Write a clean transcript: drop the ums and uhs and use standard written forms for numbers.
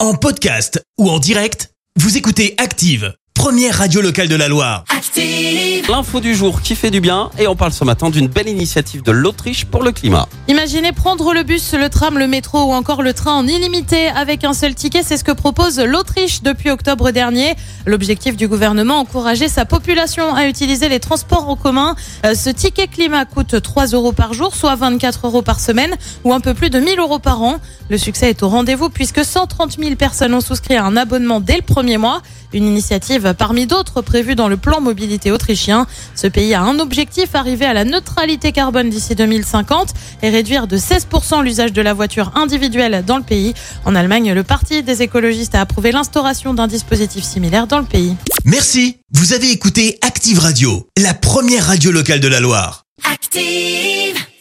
En podcast ou en direct, vous écoutez Active, première radio locale de la Loire. Active. L'info du jour qui fait du bien, et on parle ce matin d'une belle initiative de l'Autriche pour le climat. Imaginez prendre le bus, le tram, le métro ou encore le train en illimité avec un seul ticket. C'est ce que propose l'Autriche depuis octobre dernier. L'objectif du gouvernement, encourager sa population à utiliser les transports en commun. Ce ticket climat coûte 3 € par jour, soit 24 € par semaine ou un peu plus de 1 000 € par an. Le succès est au rendez-vous puisque 130 000 personnes ont souscrit à un abonnement dès le premier mois. Une initiative parmi d'autres prévues dans le plan mobilité autrichien. Ce pays a un objectif, arriver à la neutralité carbone d'ici 2050 et réduire de 16% l'usage de la voiture individuelle dans le pays. En Allemagne, le Parti des écologistes a approuvé l'instauration d'un dispositif similaire dans le pays. Merci, vous avez écouté Active Radio, la première radio locale de la Loire. Active.